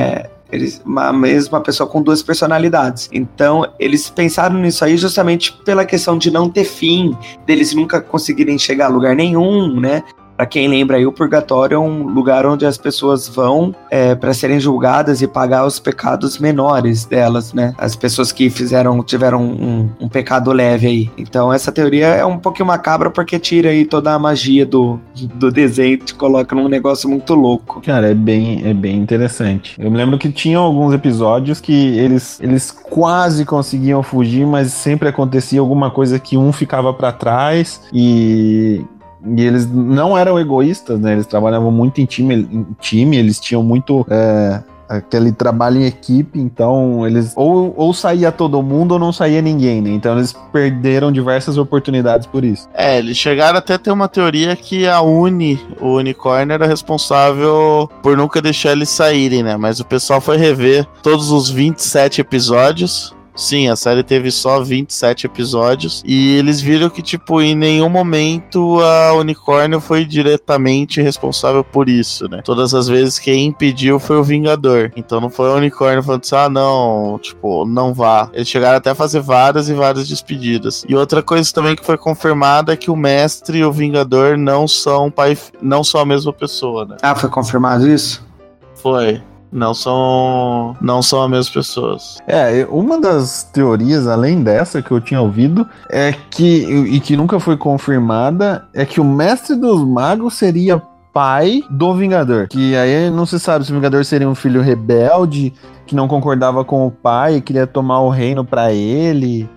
uma mesma pessoa com duas personalidades. Então, eles pensaram nisso aí justamente pela questão de não ter fim, deles nunca conseguirem chegar a lugar nenhum, né? Pra quem lembra aí, o purgatório é um lugar onde as pessoas vão para serem julgadas e pagar os pecados menores delas, né? As pessoas que tiveram um pecado leve aí. Então essa teoria é um pouquinho macabra porque tira aí toda a magia do desenho e te coloca num negócio muito louco. Cara, é bem interessante. Eu me lembro que tinham alguns episódios que eles quase conseguiam fugir, mas sempre acontecia alguma coisa que um ficava pra trás e eles não eram egoístas, né? Eles trabalhavam muito em time, eles tinham muito aquele trabalho em equipe, então eles ou saía todo mundo ou não saía ninguém, né? Então eles perderam diversas oportunidades por isso. Eles chegaram até a ter uma teoria que a o unicórnio, era responsável por nunca deixar eles saírem, né? Mas o pessoal foi rever todos os 27 episódios. Sim, a série teve só 27 episódios e eles viram que, tipo, em nenhum momento a Unicórnio foi diretamente responsável por isso, né? Todas as vezes quem impediu foi o Vingador. Então não foi o Unicórnio falando assim, não, tipo, não vá. Eles chegaram até a fazer várias e várias despedidas. E outra coisa também que foi confirmada é que o Mestre e o Vingador não são a mesma pessoa, né? Ah, foi confirmado isso? Foi. Não são as mesmas pessoas. Uma das teorias, além dessa que eu tinha ouvido, é que nunca foi confirmada, é que o Mestre dos Magos seria pai do Vingador. Que aí não se sabe se o Vingador seria um filho rebelde, que não concordava com o pai, queria tomar o reino pra ele.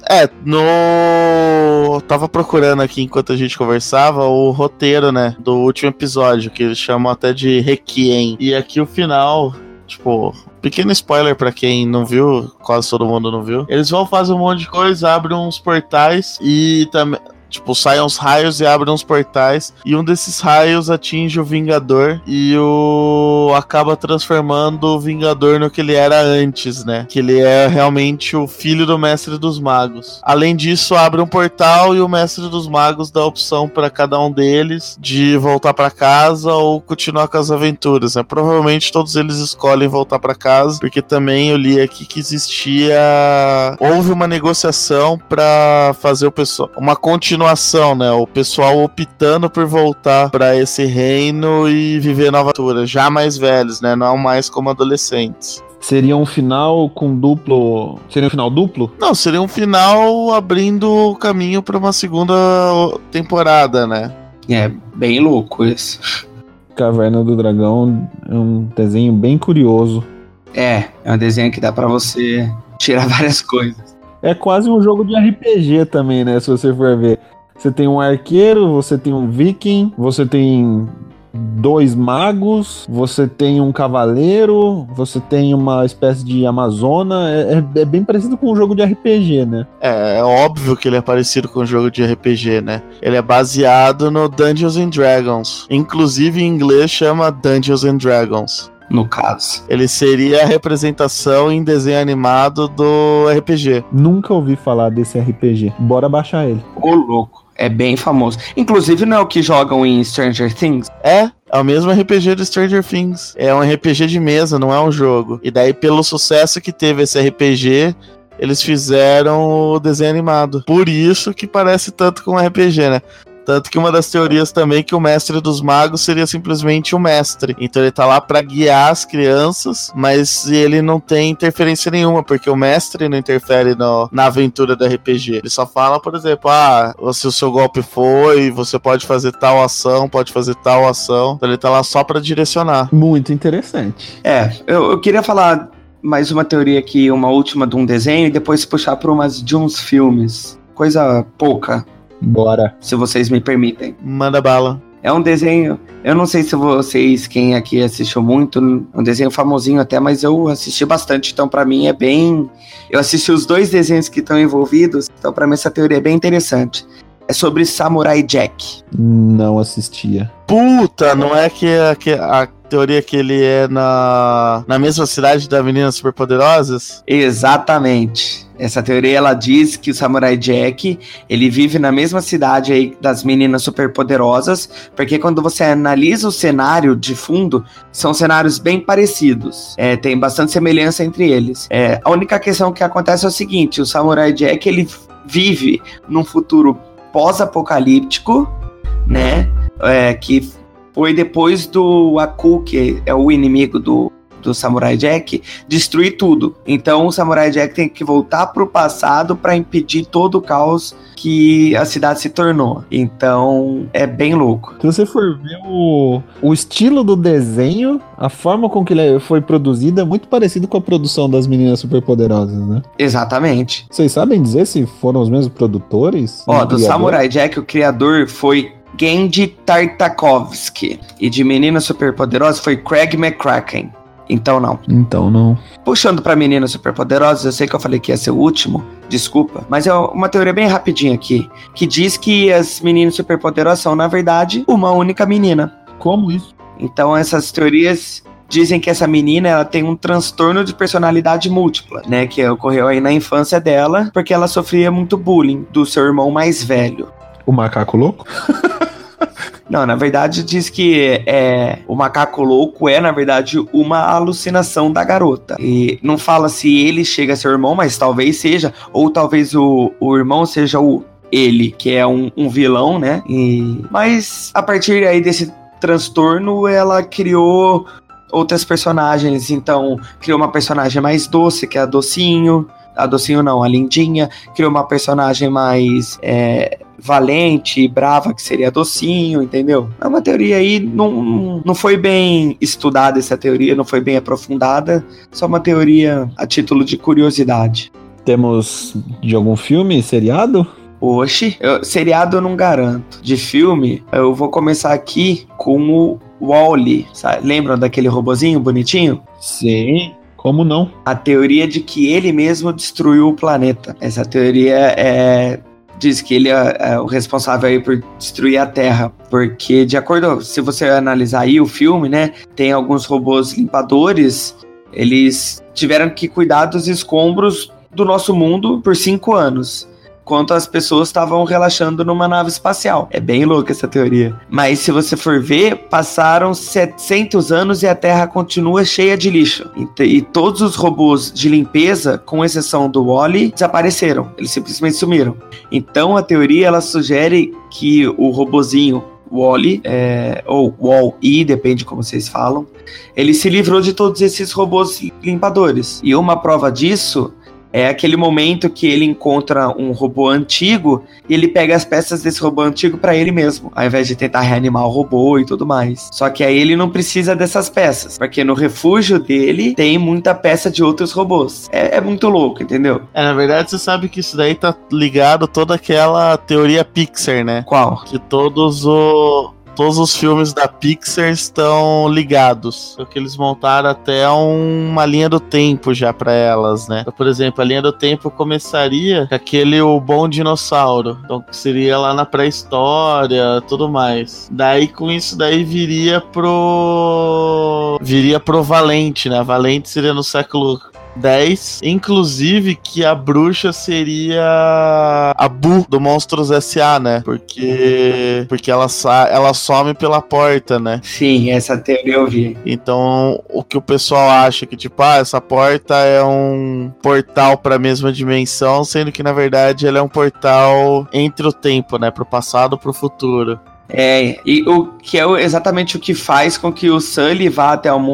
Tava procurando aqui enquanto a gente conversava o roteiro, né, do último episódio, que eles chamam até de Requiem. E aqui o final... Tipo, pequeno spoiler pra quem não viu, quase todo mundo não viu. Eles vão fazer um monte de coisa, abrem uns portais e também... Tipo, saem uns raios e abrem uns portais. E um desses raios atinge o Vingador. E acaba transformando o Vingador no que ele era antes, né? Que ele é realmente o filho do Mestre dos Magos. Além disso, abre um portal e o Mestre dos Magos dá a opção para cada um deles de voltar para casa ou continuar com as aventuras, né? Provavelmente todos eles escolhem voltar para casa. Porque também eu li aqui que houve uma negociação para fazer o pessoal... Uma continuação, né? O pessoal optando por voltar pra esse reino e viver nova aventura, já mais velhos, né? Não mais como adolescentes. Seria um final com duplo... Seria um final duplo? Não, seria um final abrindo o caminho pra uma segunda temporada, né? É, bem louco isso. Caverna do Dragão é um desenho bem curioso. É um desenho que dá pra você tirar várias coisas. É quase um jogo de RPG também, né? Se você for ver. Você tem um arqueiro, você tem um viking, você tem 2 magos, você tem um cavaleiro, você tem uma espécie de amazona. É bem parecido com um jogo de RPG, né? É óbvio que ele é parecido com um jogo de RPG, né? Ele é baseado no Dungeons and Dragons. Inclusive em inglês chama Dungeons and Dragons. No caso. Ele seria a representação em desenho animado do RPG. Nunca ouvi falar desse RPG. Bora baixar ele. Ô, louco. É bem famoso. Inclusive, não é o que jogam em Stranger Things? É o mesmo RPG do Stranger Things. É um RPG de mesa, não é um jogo. E daí, pelo sucesso que teve esse RPG, eles fizeram o desenho animado. Por isso que parece tanto com um RPG, né? Tanto que uma das teorias também é que o Mestre dos Magos seria simplesmente o mestre. Então ele tá lá pra guiar as crianças, mas ele não tem interferência nenhuma, porque o mestre não interfere na aventura do RPG. Ele só fala, por exemplo, se o seu golpe foi, você pode fazer tal ação, pode fazer tal ação. Então ele tá lá só pra direcionar. Muito interessante. Eu queria falar mais uma teoria aqui, uma última de um desenho, e depois puxar pra de uns filmes. Coisa pouca. Bora. Se vocês me permitem. Manda bala. É um desenho, eu não sei se vocês, quem aqui assistiu muito, um desenho famosinho até, mas eu assisti bastante, então pra mim é bem... Eu assisti os 2 desenhos que estão envolvidos, então pra mim essa teoria é bem interessante. É sobre Samurai Jack. Não assistia. Puta, não é que a teoria que ele é na mesma cidade das Meninas Superpoderosas? Exatamente. Essa teoria, ela diz que o Samurai Jack, ele vive na mesma cidade aí das Meninas Superpoderosas, porque quando você analisa o cenário de fundo, são cenários bem parecidos. Tem bastante semelhança entre eles. A única questão que acontece é o seguinte, o Samurai Jack, ele vive num futuro pós-apocalíptico, né? Que foi depois do Aku, que é o inimigo do Samurai Jack, destruir tudo. Então o Samurai Jack tem que voltar pro passado para impedir todo o caos que a cidade se tornou. Então é bem louco. Se você for ver o estilo do desenho, a forma com que ele foi produzido é muito parecido com a produção das Meninas Superpoderosas, né? Exatamente. Vocês sabem dizer se foram os mesmos produtores? Do Samurai Jack, o criador foi Genji Tartakovsky. E de Meninas Superpoderosas foi Craig McCracken. Então não. Então não. Puxando pra Meninas Superpoderosas, eu sei que eu falei que ia ser o último, desculpa, mas é uma teoria bem rapidinha aqui, que diz que as Meninas Superpoderosas são, na verdade, uma única menina. Como isso? Então essas teorias dizem que essa menina, ela tem um transtorno de personalidade múltipla, né, que ocorreu aí na infância dela, porque ela sofria muito bullying do seu irmão mais velho. O macaco louco? Não, na verdade diz que o macaco louco é, na verdade, uma alucinação da garota. E não fala se ele chega a ser o irmão, mas talvez seja, ou talvez o irmão seja ele, que é um vilão, né? Mas a partir aí desse transtorno, ela criou outras personagens. Então, criou uma personagem mais doce, que é a Docinho. A Docinho não, a Lindinha. Criou uma personagem mais valente e brava, que seria a Docinho, entendeu? É uma teoria aí, não foi bem estudada essa teoria, não foi bem aprofundada. Só uma teoria a título de curiosidade. Temos de algum filme, seriado? Oxi, seriado eu não garanto. De filme, eu vou começar aqui com o Wall-E. Lembram daquele robozinho bonitinho? Sim, como não? A teoria de que ele mesmo destruiu o planeta. Essa teoria diz que ele é o responsável aí por destruir a Terra. Porque, de acordo, se você analisar aí o filme, né, tem alguns robôs limpadores, eles tiveram que cuidar dos escombros do nosso mundo por 5 anos. Enquanto as pessoas estavam relaxando numa nave espacial. É bem louca essa teoria. Mas se você for ver, passaram 700 anos e a Terra continua cheia de lixo. E todos os robôs de limpeza, com exceção do Wall-E, desapareceram. Eles simplesmente sumiram. Então a teoria, ela sugere que o robozinho Wall-E, ou Wall-E, depende como vocês falam, ele se livrou de todos esses robôs limpadores. E uma prova disso é aquele momento que ele encontra um robô antigo e ele pega as peças desse robô antigo pra ele mesmo, ao invés de tentar reanimar o robô e tudo mais. Só que aí ele não precisa dessas peças, porque no refúgio dele tem muita peça de outros robôs. É muito louco, entendeu? Na verdade, você sabe que isso daí tá ligado a toda aquela teoria Pixar, né? Qual? Que todos os filmes da Pixar estão ligados. Só que eles montaram até uma linha do tempo já pra elas, né? Então, por exemplo, a linha do tempo começaria com o Bom Dinossauro. Então, que seria lá na pré-história, tudo mais. Daí, com isso daí, viria pro Valente, né? Valente seria no século 10, inclusive que a bruxa seria a Boo do Monstros S.A., né? Porque ela some pela porta, né? Sim, essa teoria eu vi. Então, o que o pessoal acha que, tipo, essa porta é um portal pra mesma dimensão, sendo que, na verdade, ela é um portal entre o tempo, né? Pro passado, pro futuro. E o que é exatamente o que faz com que o Sully vá até o mundo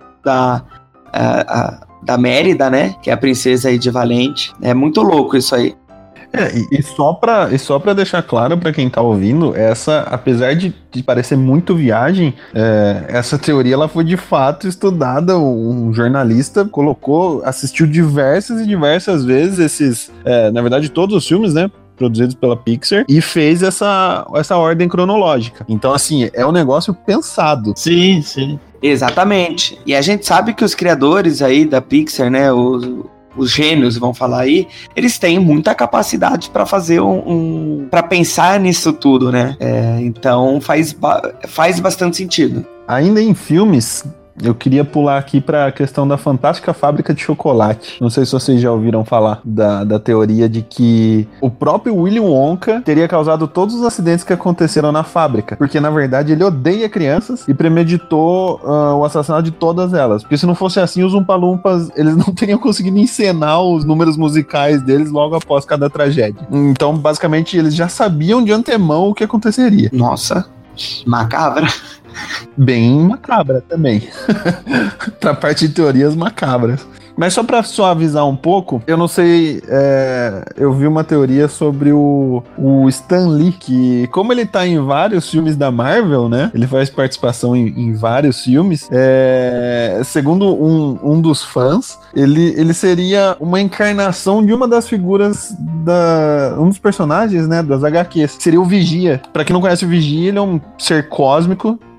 da Mérida, né? Que é a princesa aí de Valente. É muito louco isso aí. E só pra deixar claro pra quem tá ouvindo, apesar de parecer muito viagem, essa teoria ela foi de fato estudada. Um jornalista assistiu diversas e diversas vezes esses, na verdade, todos os filmes, né? Produzidos pela Pixar, e fez essa ordem cronológica. Então, assim, é um negócio pensado. Sim, sim. Exatamente. E a gente sabe que os criadores aí da Pixar, né, os gênios, vão falar aí, eles têm muita capacidade para fazer para pensar nisso tudo, né? Então faz bastante sentido. Ainda em filmes, eu queria pular aqui para a questão da Fantástica Fábrica de Chocolate. Não sei se vocês já ouviram falar da teoria de que o próprio Willy Wonka teria causado todos os acidentes que aconteceram na fábrica. Porque, na verdade, ele odeia crianças e premeditou o assassinato de todas elas. Porque se não fosse assim, os Oompa Loompas, eles não teriam conseguido encenar os números musicais deles logo após cada tragédia. Então, basicamente, eles já sabiam de antemão o que aconteceria. Nossa, macabra. Bem macabra também. Pra parte de teorias macabras. Mas só pra suavizar um pouco, eu não sei, eu vi uma teoria sobre o Stan Lee, que como ele tá em vários filmes da Marvel, né, ele faz participação em vários filmes, segundo um dos fãs, ele seria uma encarnação de uma das figuras um dos personagens, né, das HQs, seria o Vigia. Pra quem não conhece o Vigia, ele é um ser cósmico,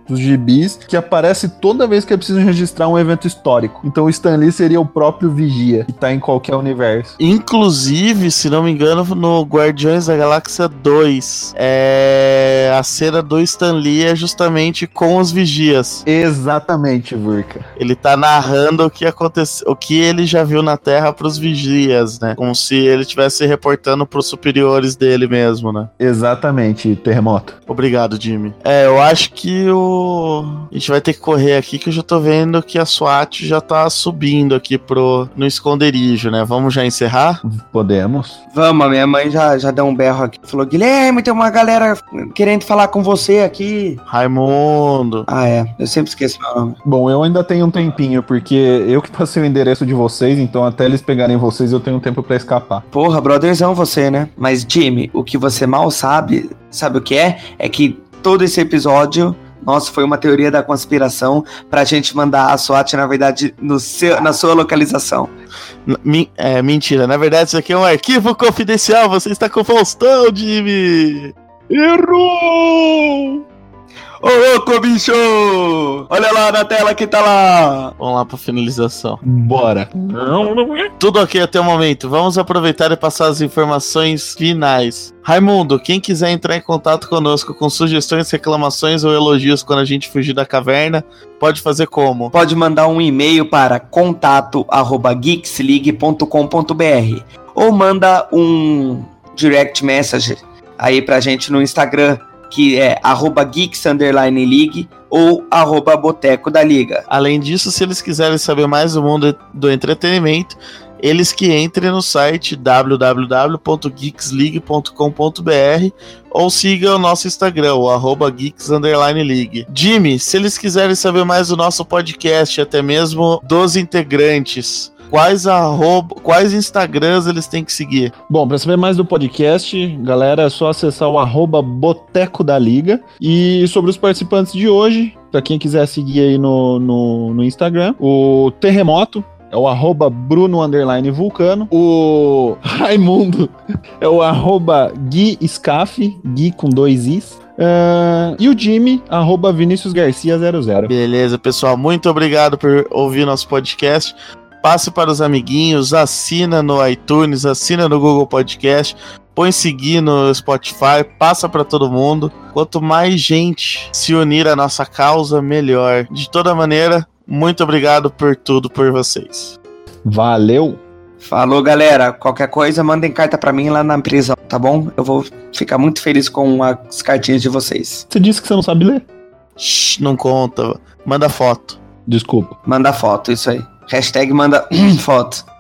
dos gibis, que aparece toda vez que é preciso registrar um evento histórico. Então o Stan Lee seria o próprio Vigia, que tá em qualquer universo. Inclusive, se não me engano, no Guardiões da Galáxia 2, a cena do Stan Lee é justamente com os Vigias. Exatamente, Vurka. Ele tá narrando o que aconteceu, o que ele já viu na Terra pros Vigias, né? Como se ele estivesse reportando pros superiores dele mesmo, né? Exatamente, Terremoto. Obrigado, Jimmy. Eu acho que a gente vai ter que correr aqui, que eu já tô vendo que a SWAT já tá subindo aqui no esconderijo, né? Vamos já encerrar? Podemos. Vamos, a minha mãe já deu um berro aqui. Falou, Guilherme, tem uma galera querendo falar com você aqui. Raimundo. Ah, eu sempre esqueço meu nome. Bom, eu ainda tenho um tempinho, porque eu que passei o endereço de vocês, então até eles pegarem vocês eu tenho tempo pra escapar. Porra, brotherzão você, né? Mas, Jimmy, o que você mal sabe o que é? É que todo esse episódio, nossa, foi uma teoria da conspiração pra gente mandar a SWAT, na verdade, na sua localização. Mentira, na verdade isso aqui é um arquivo confidencial, você está com o Faustão, Jimmy! Errou! Ô, louco, bicho! Olha lá na tela que tá lá! Vamos lá pra finalização. Bora. Tudo ok até o momento. Vamos aproveitar e passar as informações finais. Raimundo, quem quiser entrar em contato conosco com sugestões, reclamações ou elogios quando a gente fugir da caverna, pode fazer como? Pode mandar um e-mail para contato@geeksleague.com.br ou manda um direct message aí pra gente no Instagram, que é @geeks_league ou @boteco da liga. Além disso, se eles quiserem saber mais do mundo do entretenimento, eles que entrem no site www.geeksleague.com.br ou sigam o nosso Instagram, o @geeks_league. Jimmy, se eles quiserem saber mais do nosso podcast, até mesmo dos integrantes, quais Instagrams eles têm que seguir? Bom, para saber mais do podcast, galera, é só acessar o @boteco da liga. E sobre os participantes de hoje, para quem quiser seguir aí no Instagram, o Terremoto é o @Bruno_Vulcano. O Raimundo é o @GuiScaf, Gui com 2 Is. E o Jimmy, @ViniciusGarcia00. Beleza, pessoal, muito obrigado por ouvir nosso podcast. Passe para os amiguinhos, assina no iTunes, assina no Google Podcast, põe seguir no Spotify, passa para todo mundo. Quanto mais gente se unir à nossa causa, melhor. De toda maneira, muito obrigado por tudo, por vocês. Valeu! Falou, galera. Qualquer coisa, mandem carta pra mim lá na prisão, tá bom? Eu vou ficar muito feliz com as cartinhas de vocês. Você disse que você não sabe ler? Shhh, não conta. Manda foto. Desculpa. Manda foto, isso aí. Hashtag manda foto.